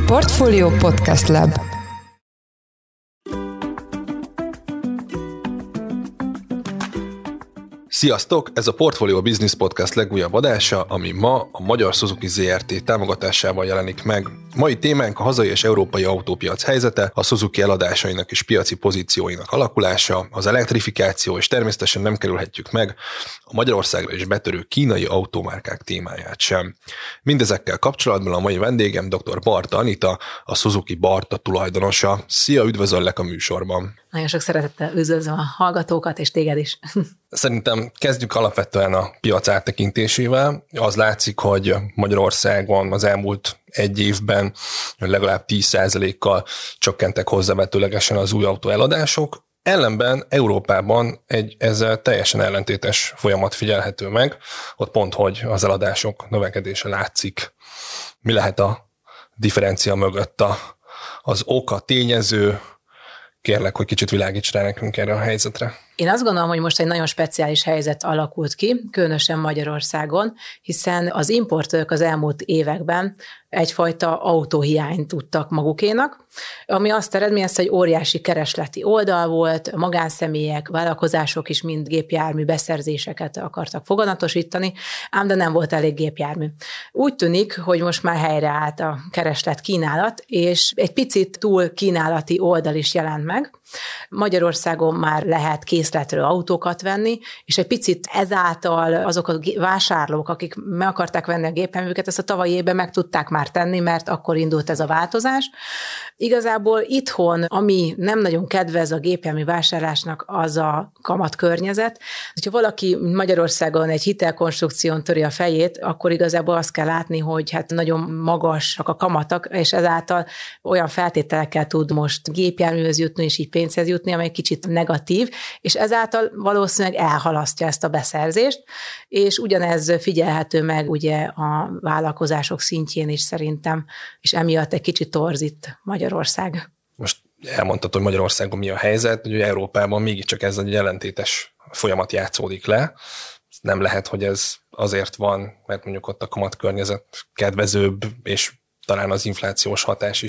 Portfolio Podcast Lab. Sziasztok! Ez a Portfolio Business Podcast legújabb adása, ami ma a Magyar Suzuki Zrt. Támogatásával jelenik meg. Mai témánk a hazai és európai autópiac helyzete, a Suzuki eladásainak és piaci pozícióinak alakulása, az elektrifikáció, és természetesen nem kerülhetjük meg a Magyarországra is betörő kínai automárkák témáját sem. Mindezekkel kapcsolatban a mai vendégem dr. Barta Anita, a Suzuki Barta tulajdonosa. Szia, üdvözöllek a műsorban! Nagyon sok szeretettel üdvözlöm a hallgatókat, és téged is. Szerintem kezdjük alapvetően a piac áttekintésével. Az látszik, hogy Magyarországon az elmúlt egy évben legalább 10%-kal csökkentek hozzávetőlegesen az új autó eladások. Ellenben Európában egy ezzel teljesen ellentétes folyamat figyelhető meg, ott pont, hogy az eladások növekedése látszik. Mi lehet a differencia mögött az ok, a tényező? Kérlek, hogy kicsit világíts rá nekünk erre a helyzetre. Én azt gondolom, hogy most egy nagyon speciális helyzet alakult ki, különösen Magyarországon, hiszen az importőrök az elmúlt években egyfajta autóhiányt tudtak magukénak, ami azt eredményezte, hogy óriási keresleti oldal volt, magánszemélyek, vállalkozások is mind gépjármű beszerzéseket akartak foganatosítani, ám de nem volt elég gépjármű. Úgy tűnik, hogy most már helyreállt a kereslet kínálat, és egy picit túl kínálati oldal is jelent meg. Magyarországon már lehet készletről autókat venni, és egy picit ezáltal azok a vásárlók, akik meg akarták venni a gépjárműket, ezt a tavalyi évben meg tudták már tenni, mert akkor indult ez a változás. Igazából itthon, ami nem nagyon kedvez a gépjármű vásárlásnak, az a kamatkörnyezet. Ha valaki Magyarországon egy hitelkonstrukción töri a fejét, akkor igazából azt kell látni, hogy hát nagyon magasak a kamatok, és ezáltal olyan feltételekkel tud most gépjárműhöz jutni, és így pénzhez jutni, amely kicsit negatív, és ezáltal valószínűleg elhalasztja ezt a beszerzést, és ugyanez figyelhető meg ugye a vállalkozások szintjén is szerintem, és emiatt egy kicsit torzít Magyarország. Most elmondtad, hogy Magyarországon mi a helyzet, hogy Európában mégiscsak ez egy ellentétes folyamat játszódik le. Nem lehet, hogy ez azért van, mert mondjuk ott a kamatkörnyezet kedvezőbb, és talán az inflációs hatás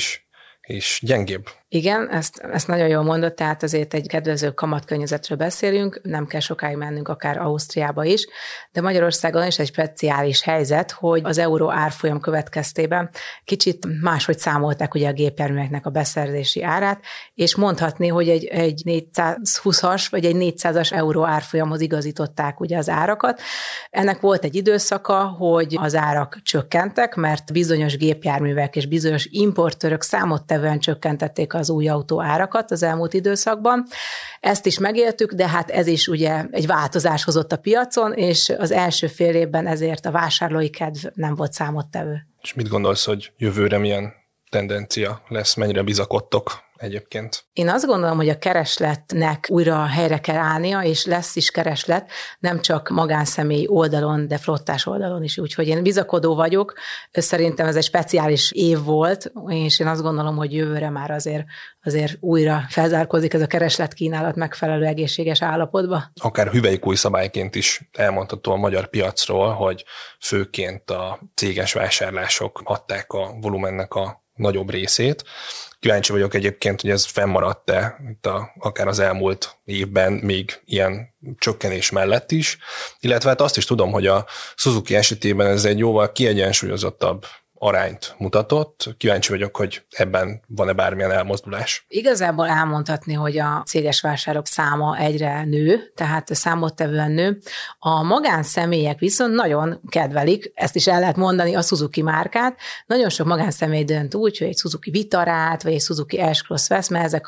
is gyengébb. Igen, ezt nagyon jól mondott, tehát azért egy kedvező kamatkörnyezetről beszélünk, nem kell sokáig mennünk akár Ausztriába is, de Magyarországon is egy speciális helyzet, hogy az euró árfolyam következtében kicsit máshogy számolták ugye a gépjárműveknek a beszerzési árát, és mondhatni, hogy egy 420-as vagy egy 400-as euró árfolyamhoz igazították ugye az árakat. Ennek volt egy időszaka, hogy az árak csökkentek, mert bizonyos gépjárművek és bizonyos importőrök számottevően csökkentették az új autó árakat az elmúlt időszakban. Ezt is megéltük, de hát ez is ugye egy változás hozott a piacon, és az első fél évben ezért a vásárlói kedv nem volt számottevő. És mit gondolsz, hogy jövőre milyen tendencia lesz, mennyire bizakodtok egyébként? Én azt gondolom, hogy a keresletnek újra helyre kell állnia, és lesz is kereslet, nem csak magánszemély oldalon, de flottás oldalon is. Úgyhogy én bizakodó vagyok, szerintem ez egy speciális év volt, és én azt gondolom, hogy jövőre már azért újra felzárkózik ez a keresletkínálat megfelelő egészséges állapotba. Akár hüvelykúj szabályként is elmondható a magyar piacról, hogy főként a céges vásárlások adták a volumennek a nagyobb részét. Kíváncsi vagyok egyébként, hogy ez fennmaradt-e itt akár az elmúlt évben még ilyen csökkenés mellett is, illetve hát azt is tudom, hogy a Suzuki esetében ez egy jóval kiegyensúlyozottabb arányt mutatott. Kíváncsi vagyok, hogy ebben van-e bármilyen elmozdulás. Igazából elmondhatni, hogy a céges vásárok száma egyre nő, tehát számottevően nő. A magánszemélyek viszont nagyon kedvelik, ezt is el lehet mondani, a Suzuki márkát. Nagyon sok magánszemély dönt úgy, hogy egy Suzuki Vitarát, vagy egy Suzuki S-Cross vesz, mert ezek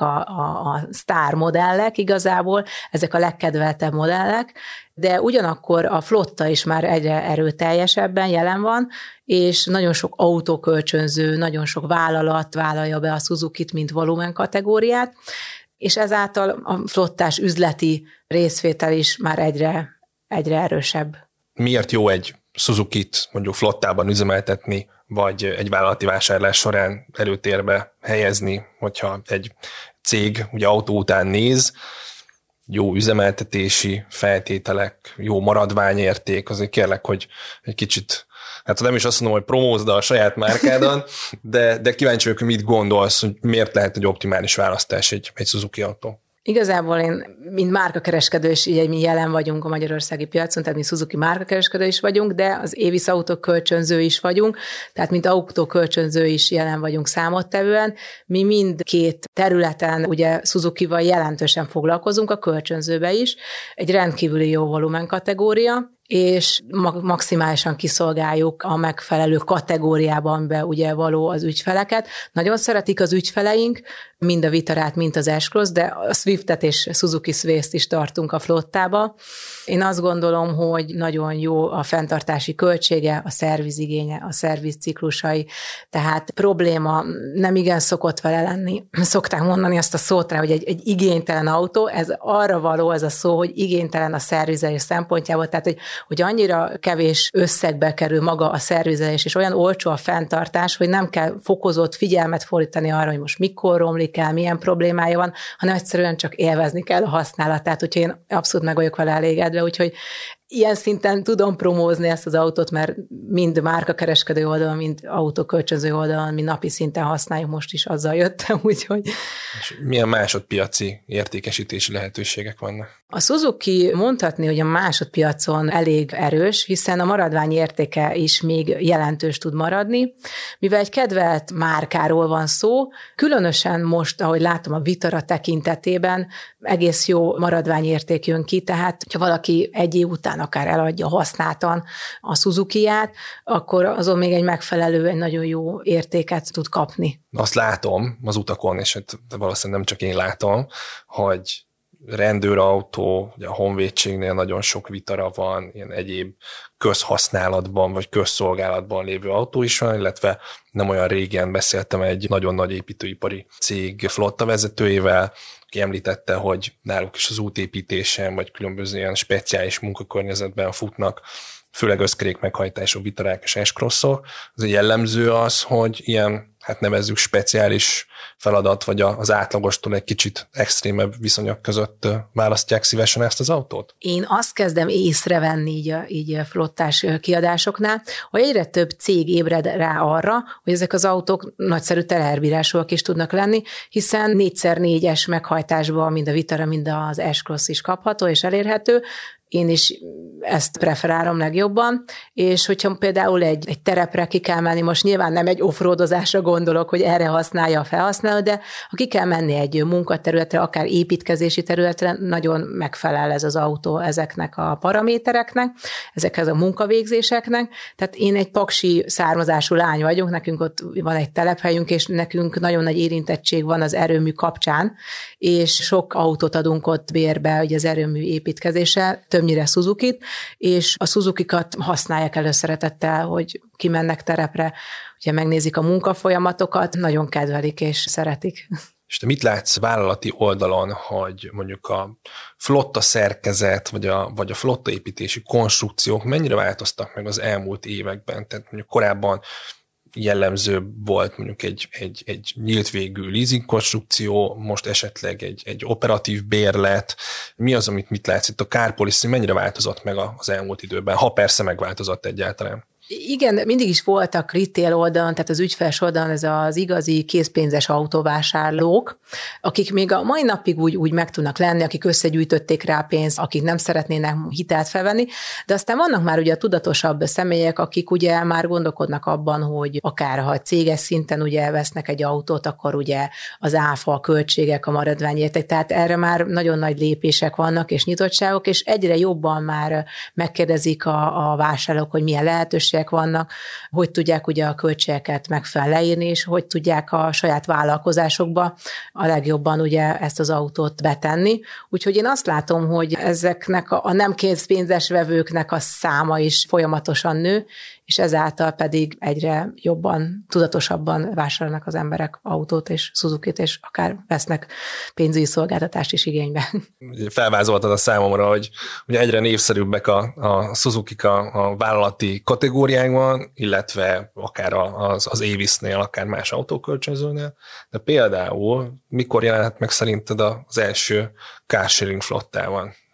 a sztár modellek igazából, ezek a legkedveltebb modellek, de ugyanakkor a flotta is már egyre erőteljesebben jelen van, és nagyon sok autókölcsönző, nagyon sok vállalat vállalja be a Suzukit, mint volumen kategóriát, és ezáltal a flottás üzleti részvétel is már egyre erősebb. Miért jó egy Suzukit mondjuk flottában üzemeltetni, vagy egy vállalati vásárlás során előtérbe helyezni, hogyha egy cég ugye autó után néz, jó üzemeltetési feltételek, jó maradványérték, azért kérlek, hogy egy kicsit hát nem is azt mondom, hogy promózd a saját márkádon, de kíváncsi vagyok, hogy mit gondolsz, hogy miért lehet egy optimális választás egy Suzuki autó. Igazából én, mint márkakereskedő is, így mi jelen vagyunk a magyarországi piacon, tehát mi Suzuki márkakereskedő is vagyunk, de az Avis Auto kölcsönző is vagyunk, tehát mint autókölcsönző is jelen vagyunk számottevően. Mi mindkét területen ugye Suzukival jelentősen foglalkozunk, a kölcsönzőbe is. Egy rendkívüli jó volumen kategória, és maximálisan kiszolgáljuk a megfelelő kategóriában be ugye való az ügyfeleket. Nagyon szeretik az ügyfeleink, mind a Vitarát, mind az S-Cross, de a Swiftet és Suzuki Swift is tartunk a flottába. Én azt gondolom, hogy nagyon jó a fenntartási költsége, a szervizigénye, a szervizciklusai, tehát probléma nem igen szokott vele lenni. Szokták mondani azt a szót rá, hogy egy igénytelen autó, ez arra való ez a szó, hogy igénytelen a szervizelés szempontjából, tehát hogy annyira kevés összegbe kerül maga a szervizelés, és olyan olcsó a fenntartás, hogy nem kell fokozott figyelmet fordítani arra, hogy most mikor romlik el, milyen problémája van, hanem egyszerűen csak élvezni kell a használatát, úgyhogy én abszolút meg vagyok vele elégedve, úgyhogy ilyen szinten tudom promózni ezt az autót, mert mind márkakereskedő oldalon, mind autókölcsönző oldalon, mi napi szinten használjuk, most is azzal jöttem, úgyhogy... És milyen másodpiaci értékesítési lehetőségek vannak? A Suzuki mondhatni, hogy a másodpiacon elég erős, hiszen a maradvány értéke is még jelentős tud maradni. Mivel egy kedvelt márkáról van szó, különösen most, ahogy látom a Vitara tekintetében, egész jó maradványérték jön ki, tehát ha valaki egy év után akár eladja használtan a Suzukiját, akkor azon még egy megfelelő, egy nagyon jó értéket tud kapni. Azt látom az utakon, és valószínűleg nem csak én látom, hogy rendőrautó, ugye a honvédségnél nagyon sok Vitara van, ilyen egyéb közhasználatban vagy közszolgálatban lévő autó is van, illetve nem olyan régen beszéltem egy nagyon nagy építőipari cég flotta vezetőjével, aki említette, hogy náluk is az útépítésen vagy különböző ilyen speciális munkakörnyezetben futnak, főleg összkerék meghajtású Vitarák és S-Crossok. Az jellemző az, hogy ilyen, hát nevezzük speciális feladat, vagy az átlagostól egy kicsit extrémebb viszonyok között választják szívesen ezt az autót? Én azt kezdem észrevenni így a flottás kiadásoknál, hogy egyre több cég ébred rá arra, hogy ezek az autók nagyszerű teherbírásúak is tudnak lenni, hiszen 4x4-es meghajtásban mind a Vitara, mind az S-Cross is kapható és elérhető. Én is ezt preferálom legjobban, és hogyha például egy terepre ki kell menni, most nyilván nem egy offroadozásra gondolok, hogy erre használja a felhasználó, de ha ki kell menni egy munkaterületre, akár építkezési területre, nagyon megfelel ez az autó ezeknek a paramétereknek, ezekhez a munkavégzéseknek. Tehát én egy paksi származású lány vagyok, nekünk ott van egy telephelyünk, és nekünk nagyon nagy érintettség van az erőmű kapcsán, és sok autót adunk ott bérbe, hogy az erőmű építkezése, többnyire Suzukit, és a Suzukikat használják előszeretettel, hogy kimennek terepre, ugye megnézik a munkafolyamatokat, nagyon kedvelik és szeretik. És te mit látsz vállalati oldalon, hogy mondjuk a flotta szerkezet, vagy a flotta építési konstrukciók mennyire változtak meg az elmúlt években? Tehát mondjuk korábban jellemző volt mondjuk egy nyílt végű leasing konstrukció, most esetleg egy operatív bérlet. Mi az, amit mit látsz itt a car policy, mennyire változott meg az elmúlt időben, ha persze megváltozott egyáltalán? Igen, mindig is voltak retail oldalon, tehát az ügyfeles oldalon ez az igazi készpénzes autóvásárlók, akik még a mai napig úgy meg tudnak lenni, akik összegyűjtötték rá pénzt, akik nem szeretnének hitelt felvenni, de aztán vannak már ugye a tudatosabb személyek, akik ugye már gondolkodnak abban, hogy akár ha céges szinten ugye vesznek egy autót, akkor ugye az áfa, a költségek, a maradványérték, tehát erre már nagyon nagy lépések vannak és nyitottságok, és egyre jobban már megkérdezik a vásárlók, hogy milyen lehetőségek vannak, hogy tudják ugye a költségeket megfelelően leírni, és hogy tudják a saját vállalkozásokba a legjobban ugye ezt az autót betenni. Úgyhogy én azt látom, hogy ezeknek a nem készpénzes vevőknek a száma is folyamatosan nő, és ezáltal pedig egyre jobban, tudatosabban vásárolnak az emberek autót és Suzukit, és akár vesznek pénzügyi szolgáltatást is igénybe. Felvázoltad a számomra, hogy ugye egyre népszerűbbek a Suzukik a vállalati kategóriákban, illetve akár az Avisnél, akár más autókölcsönzőnél, de például mikor jelenhet meg szerinted az első carsharing flottában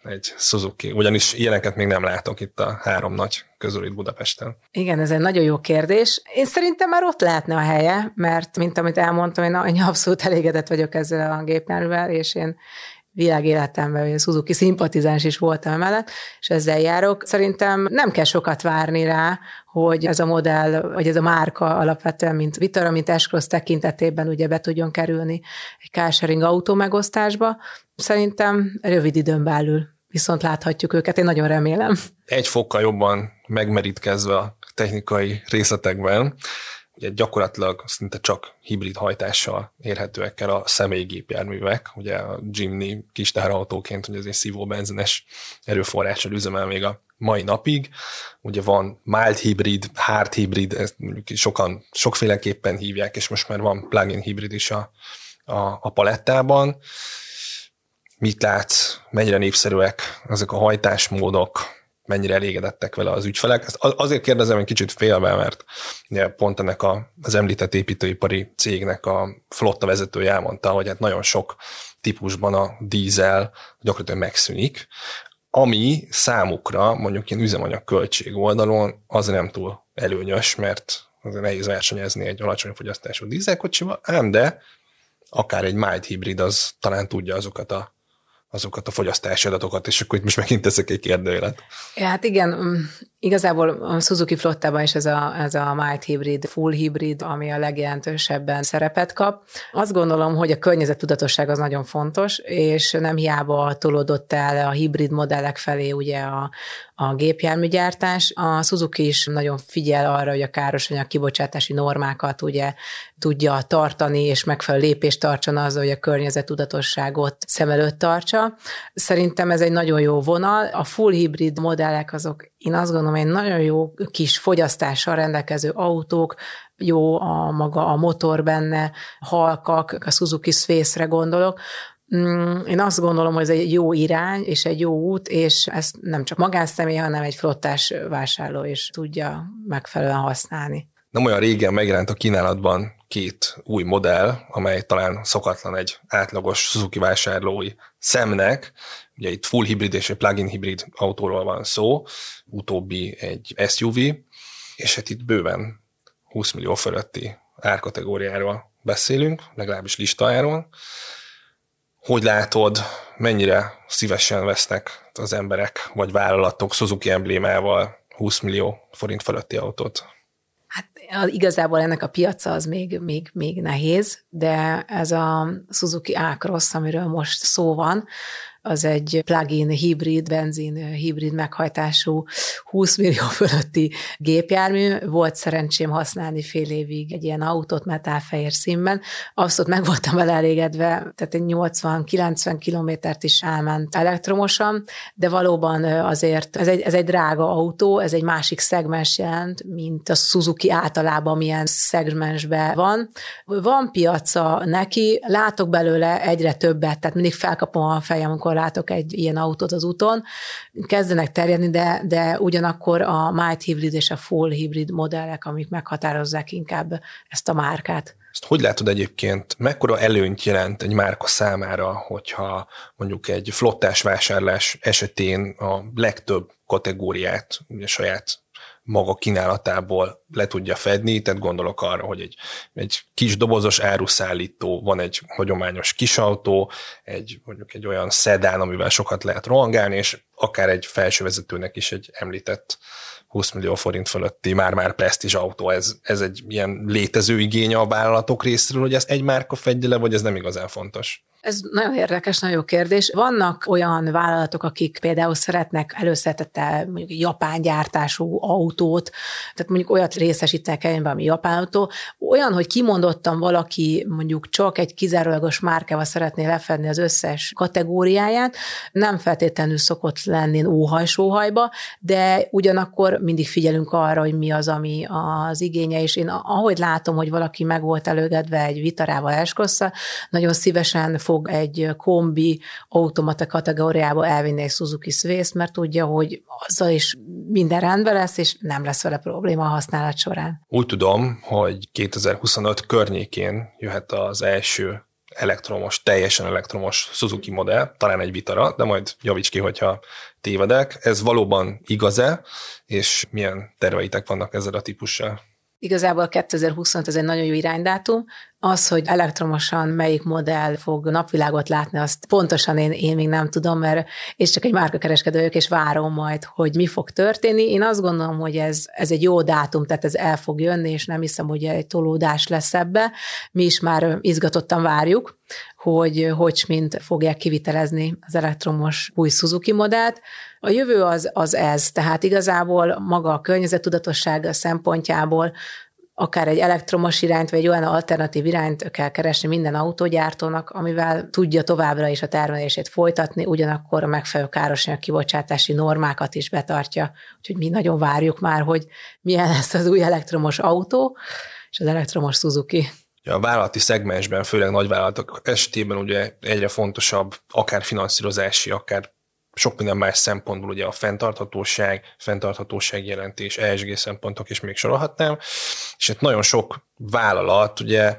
egy Suzuki, ugyanis ilyeneket még nem látok itt a 3 nagy közül itt Budapesten. Igen, ez egy nagyon jó kérdés. Én szerintem már ott lehetne a helye, mert mint amit elmondtam, én abszolút elégedett vagyok ezzel a gépjárművel, és én világéletemben Suzuki szimpatizáns is voltam emellett, és ezzel járok. Szerintem nem kell sokat várni rá, hogy ez a modell, vagy ez a márka alapvetően, mint Vitara, mint S-Cross tekintetében ugye be tudjon kerülni egy carsharing autó megosztásba. Szerintem rövid időn belül viszont láthatjuk őket, én nagyon remélem. Egy fokkal jobban megmerítkezve a technikai részletekben, ugye gyakorlatilag szinte csak hibrid hajtással érhetőek el a személygépjárművek, ugye a Jimny kis teherautóként, ugye ez egy szívóbenzines erőforrással üzemel még a mai napig. Ugye van mild hibrid, hard hibrid, ezt mondjuk sokan sokféleképpen hívják, és most már van plug-in hibrid is a palettában. Mit látsz, mennyire népszerűek ezek a hajtásmódok, mennyire elégedettek vele az ügyfelek? Ezt azért kérdezem egy kicsit félve, mert ugye pont ennek az említett építőipari cégnek a flotta vezetője elmondta, hogy hát nagyon sok típusban a dízel gyakorlatilag megszűnik, ami számukra mondjuk ilyen üzemanyag költség oldalon az nem túl előnyös, mert azért nehéz versenyezni egy alacsony fogyasztású dízelkocsival, ám de akár egy mild hibrid az talán tudja azokat a fogyasztási adatokat, és akkor itt most megint teszek egy kérdőjelet. Ja, hát igen, igazából a Suzuki flottában is ez a mild hibrid, full hibrid, ami a legjelentősebben szerepet kap. Azt gondolom, hogy a környezettudatosság az nagyon fontos, és nem hiába tolódott el a hibrid modellek felé ugye a gépjárműgyártás. A Suzuki is nagyon figyel arra, hogy a károsanyag kibocsátási normákat ugye tudja tartani, és megfelelő lépést tartson azzal, hogy a környezettudatosságot szem előtt tartsa. Szerintem ez egy nagyon jó vonal. A full hibrid modellek azok, én azt gondolom, egy nagyon jó kis fogyasztással rendelkező autók, jó maga a motor benne, halkak, a Suzuki Swiss-re gondolok. Én azt gondolom, hogy ez egy jó irány, és egy jó út, és ezt nem csak magánszemély, hanem egy flottás vásárló is tudja megfelelően használni. Nem olyan régen megjelent a kínálatban 2 új modell, amely talán szokatlan egy átlagos Suzuki vásárlói szemnek. Ugye itt full hibrid és egy plug-in hibrid autóról van szó, utóbbi egy SUV, és hát itt bőven 20 millió fölötti árkategóriáról beszélünk, legalábbis listájáról. Hogy látod, mennyire szívesen vesznek az emberek vagy vállalatok Suzuki emblémával 20 millió forint fölötti autót? Hát igazából ennek a piaca az még nehéz, de ez a Suzuki A-Cross, amiről most szó van, az egy plug-in hibrid, benzin hibrid meghajtású 20 millió fölötti gépjármű. Volt szerencsém használni fél évig egy ilyen autót metálfehér színben. Abszolút meg voltam vele elégedve, tehát egy 80-90 kilométert is elment elektromosan, de valóban azért ez egy drága autó, ez egy másik szegmens jelent, mint a Suzuki általában milyen szegmensben van. Van piaca neki, látok belőle egyre többet, tehát mindig felkapom a fejem, amikor látok egy ilyen autót az úton, kezdenek terjedni, de ugyanakkor a mild hibrid és a full hibrid modellek, amik meghatározzák inkább ezt a márkát. Ezt hogy látod egyébként, mekkora előnyt jelent egy márka számára, hogyha mondjuk egy flottás vásárlás esetén a legtöbb kategóriát ugye saját maga kínálatából le tudja fedni, tehát gondolok arra, hogy egy kis dobozos áruszállító, van egy hagyományos kisautó, mondjuk egy olyan szedán, amivel sokat lehet rohangálni, és akár egy felsővezetőnek is egy említett 20 millió forint fölötti már presztízs autó. Ez egy ilyen létező igény a vállalatok részéről, hogy ezt egy márka fedje le, vagy ez nem igazán fontos? Ez nagyon érdekes, nagyon jó kérdés. Vannak olyan vállalatok, akik például szeretnek előszeretettel mondjuk japán gyártású autót, tehát mondjuk olyat részesítenek előnyben, ami japán autó. Olyan, hogy kimondottan valaki mondjuk csak egy kizárólagos márkával szeretné lefedni az összes kategóriáját, nem feltétlenül szokott lenni óhaj-sóhajba, de ugyanakkor mindig figyelünk arra, hogy mi az, ami az igénye, és én ahogy látom, hogy valaki meg volt elégedve egy Vitarával, S-Crosszal, nagyon szívesen fog egy kombi automata kategóriába elvinni egy Suzuki Swiss, mert tudja, hogy azzal is minden rendben lesz, és nem lesz vele probléma a használat során. Úgy tudom, hogy 2025 környékén jöhet az első elektromos, teljesen elektromos Suzuki modell, talán egy vitara, de majd javíts ki, hogyha tévedek. Ez valóban igaz-e, és milyen terveitek vannak ezzel a típussal? Igazából 2025 ez egy nagyon jó iránydátum. Az, hogy elektromosan melyik modell fog napvilágot látni, azt pontosan én még nem tudom, mert és csak egy márkakereskedő vagyok, és várom majd, hogy mi fog történni. Én azt gondolom, hogy ez egy jó dátum, tehát ez el fog jönni, és nem hiszem, hogy egy tolódás lesz ebbe. Mi is már izgatottan várjuk, hogy mint fogják kivitelezni az elektromos új Suzuki modellt. A jövő az ez, tehát igazából maga a környezettudatosság szempontjából akár egy elektromos irányt, vagy egy olyan alternatív irányt kell keresni minden autógyártónak, amivel tudja továbbra is a termelését folytatni, ugyanakkor a megfelelő károsanyag kibocsátási normákat is betartja. Úgyhogy mi nagyon várjuk már, hogy milyen lesz az új elektromos autó, és az elektromos Suzuki. A vállalati szegmensben, főleg nagyvállalatok esetében ugye egyre fontosabb, akár finanszírozási, akár sok minden más szempontból, ugye a fenntarthatóság jelentés, ESG szempontok is még sorolhatnám, és itt nagyon sok vállalat, ugye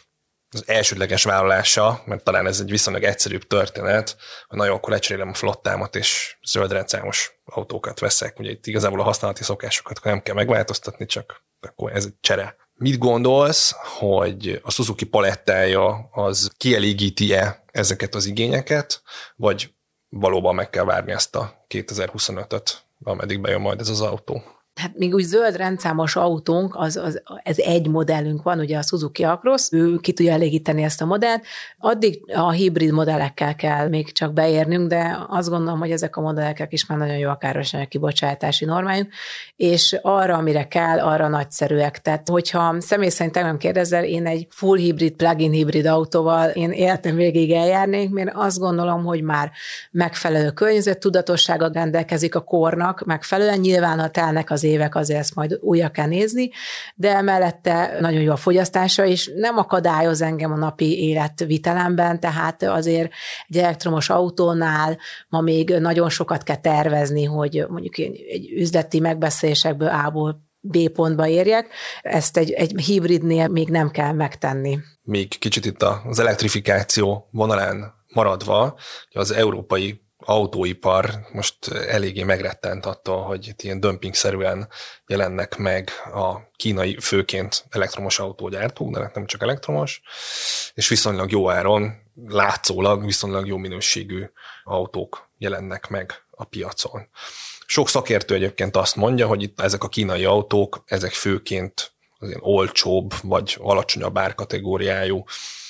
az elsődleges vállalása, mert talán ez egy viszonylag egyszerűbb történet, hogy nagyon akkor lecserélem a flottámat, és zöld rendszámos autókat veszek. Ugye itt igazából a használati szokásokat nem kell megváltoztatni, csak akkor ez egy csere. Mit gondolsz, hogy a Suzuki palettája az kielégíti-e ezeket az igényeket, vagy valóban meg kell várni ezt a 2025-öt, ameddig bejön majd ez az autó? Hát még úgy zöld rendszámos autónk, ez egy modellünk van, ugye a Suzuki Acros, ő ki tudja elégíteni ezt a modellt, addig a hibrid modellekkel kell még csak beérnünk, de azt gondolom, hogy ezek a modellek is már nagyon jó a károsanyag kibocsátási normájuk, és arra, amire kell, arra nagyszerűek. Tehát, hogyha személy szerint engem kérdezel, én egy full hibrid, plug-in hibrid autóval én életem végig eljárnék, mert azt gondolom, hogy már megfelelő környezettudatossággal rendelkezik a kornak, megfelelően nyilván, ha telnek az évek, azért ezt majd újra kell nézni, de mellette nagyon jó a fogyasztása, és nem akadályoz engem a napi életvitelemben, tehát azért egy elektromos autónál ma még nagyon sokat kell tervezni, hogy mondjuk egy üzleti megbeszélésekből A-ból B pontba érjek, ezt egy hibridnél még nem kell megtenni. Még kicsit itt az elektrifikáció vonalán maradva, az európai autóipar most eléggé megrettent attól, hogy itt ilyen dömpingszerűen jelennek meg a kínai főként elektromos autógyártók, de nem csak elektromos, és viszonylag jó áron, látszólag viszonylag jó minőségű autók jelennek meg a piacon. Sok szakértő egyébként azt mondja, hogy itt ezek a kínai autók, ezek főként az ilyen olcsóbb vagy alacsonyabb árkategóriájú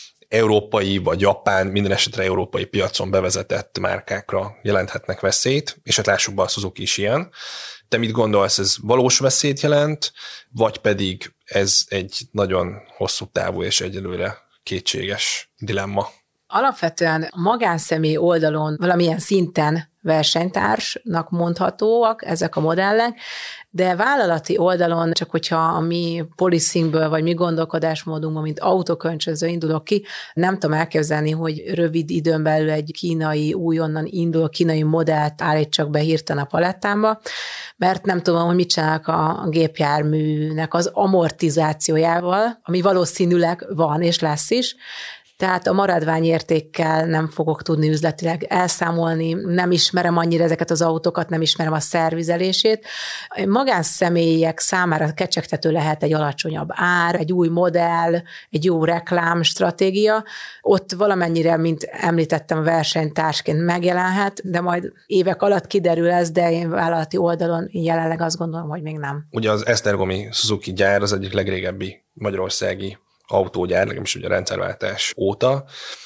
európai vagy japán, minden esetre európai piacon bevezetett márkákra jelenthetnek veszélyt, és hát lássuk be, a Suzuki is ilyen. Te mit gondolsz, ez valós veszélyt jelent, vagy pedig ez egy nagyon hosszú távú és egyelőre kétséges dilemma? Alapvetően a magánszemély oldalon valamilyen szinten versenytársnak mondhatóak ezek a modellek, de vállalati oldalon, csak hogyha a mi policingből, vagy mi gondolkodásmódunkban, mint autókölcsönző indulok ki, nem tudom elképzelni, hogy rövid időn belül egy kínai, újonnan induló kínai modellt állítsak be hirtelen a palettámba, mert nem tudom, hogy mit csinálnak a gépjárműnek az amortizációjával, ami valószínűleg van és lesz is. Tehát a maradványértékkel nem fogok tudni üzletileg elszámolni, nem ismerem annyira ezeket az autókat, nem ismerem a szervizelését. Magánszemélyek számára kecsegtető lehet egy alacsonyabb ár, egy új modell, egy jó reklámstratégia. Ott valamennyire, mint említettem, versenytársként megjelenhet, de majd évek alatt kiderül ez, de én vállalati oldalon én jelenleg azt gondolom, hogy még nem. Ugye az esztergomi Suzuki gyár az egyik legrégebbi magyarországi autógyár, legalábbis ugye a rendszerváltás óta,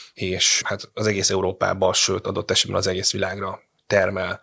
és hát az egész Európában, sőt adott esetben az egész világra termel.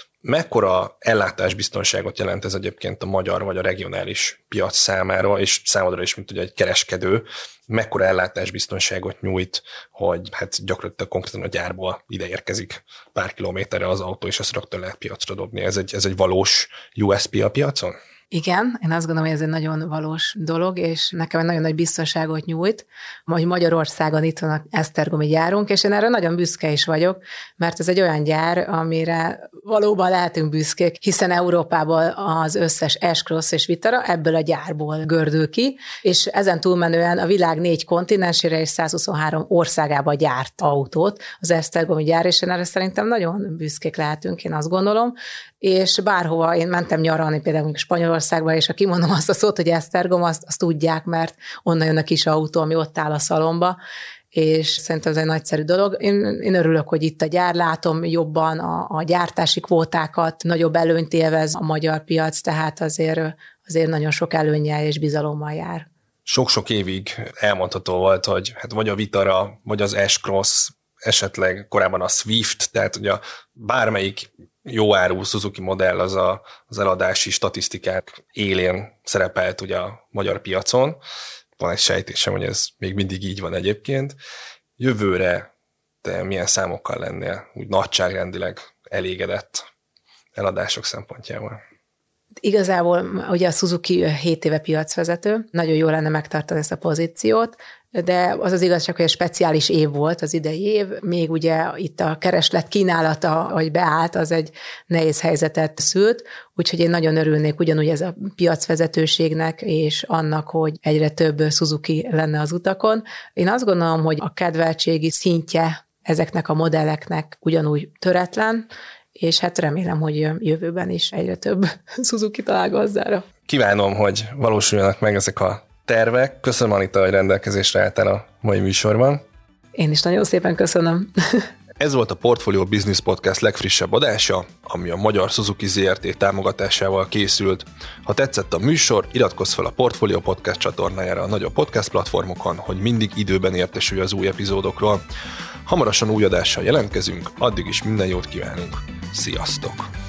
Mekkora ellátásbiztonságot jelent ez egyébként a magyar vagy a regionális piac számára, és számodra is, mint ugye egy kereskedő, mekkora ellátásbiztonságot nyújt, hogy hát gyakorlatilag konkrétan a gyárból ide érkezik pár kilométerre az autó, és ezt rögtön lehet piacra dobni. Ez egy valós USP a piacon? Igen, én azt gondolom, hogy ez egy nagyon valós dolog, és nekem egy nagyon nagy biztonságot nyújt, hogy Magyarországon itt van az esztergomi gyárunk, és én erre nagyon büszke is vagyok, mert ez egy olyan gyár, amire valóban lehetünk büszkék, hiszen Európában az összes S-Cross és Vitara ebből a gyárból gördül ki, és ezen túlmenően a világ 4 kontinensére és 123 országába gyárt autót az esztergomi gyár, és én erre szerintem nagyon büszkék lehetünk, én azt gondolom, és bárhova én mentem nyaralni, például Spanyolországba, és ha kimondom azt a szót, hogy Esztergom, azt tudják, mert onnan jön a kis autó, ami ott áll a szalomba, és szerintem ez egy nagyszerű dolog. Én örülök, hogy itt a gyár, látom jobban a gyártási kvótákat, nagyobb előnyt élvez a magyar piac, tehát azért nagyon sok előnnyel és bizalommal jár. Sok-sok évig elmondható volt, hogy hát vagy a Vitara, vagy az S-Cross, esetleg korábban a Swift, tehát ugye bármelyik jó áru Suzuki modell az eladási statisztikák élén szerepelt ugye a magyar piacon. Van egy sejtésem, hogy ez még mindig így van egyébként. Jövőre te milyen számokkal lennél úgy nagyságrendileg elégedett eladások szempontjából? Igazából ugye a Suzuki 7 éve piacvezető, nagyon jó lenne megtartani ezt a pozíciót, de az igazság, hogy egy speciális év volt az idei év, még ugye itt a kereslet kínálata, hogy beállt, az egy nehéz helyzetet szült, úgyhogy én nagyon örülnék ugyanúgy ez a piacvezetőségnek, és annak, hogy egyre több Suzuki lenne az utakon. Én azt gondolom, hogy a kedveltségi szintje ezeknek a modelleknek ugyanúgy töretlen, és hát remélem, hogy jövőben is egyre több Suzuki talál gazdára. Kívánom, hogy valósuljanak meg ezek a tervek. Köszönöm, Anita, hogy rendelkezésre álltál a mai műsorban. Én is nagyon szépen köszönöm. Ez volt a Portfolio Business Podcast legfrissebb adása, ami a Magyar Suzuki ZRT támogatásával készült. Ha tetszett a műsor, iratkozz fel a Portfolio Podcast csatornájára a nagyobb podcast platformokon, hogy mindig időben értesülj az új epizódokról. Hamarosan új adással jelentkezünk, addig is minden jót kívánunk. Sziasztok!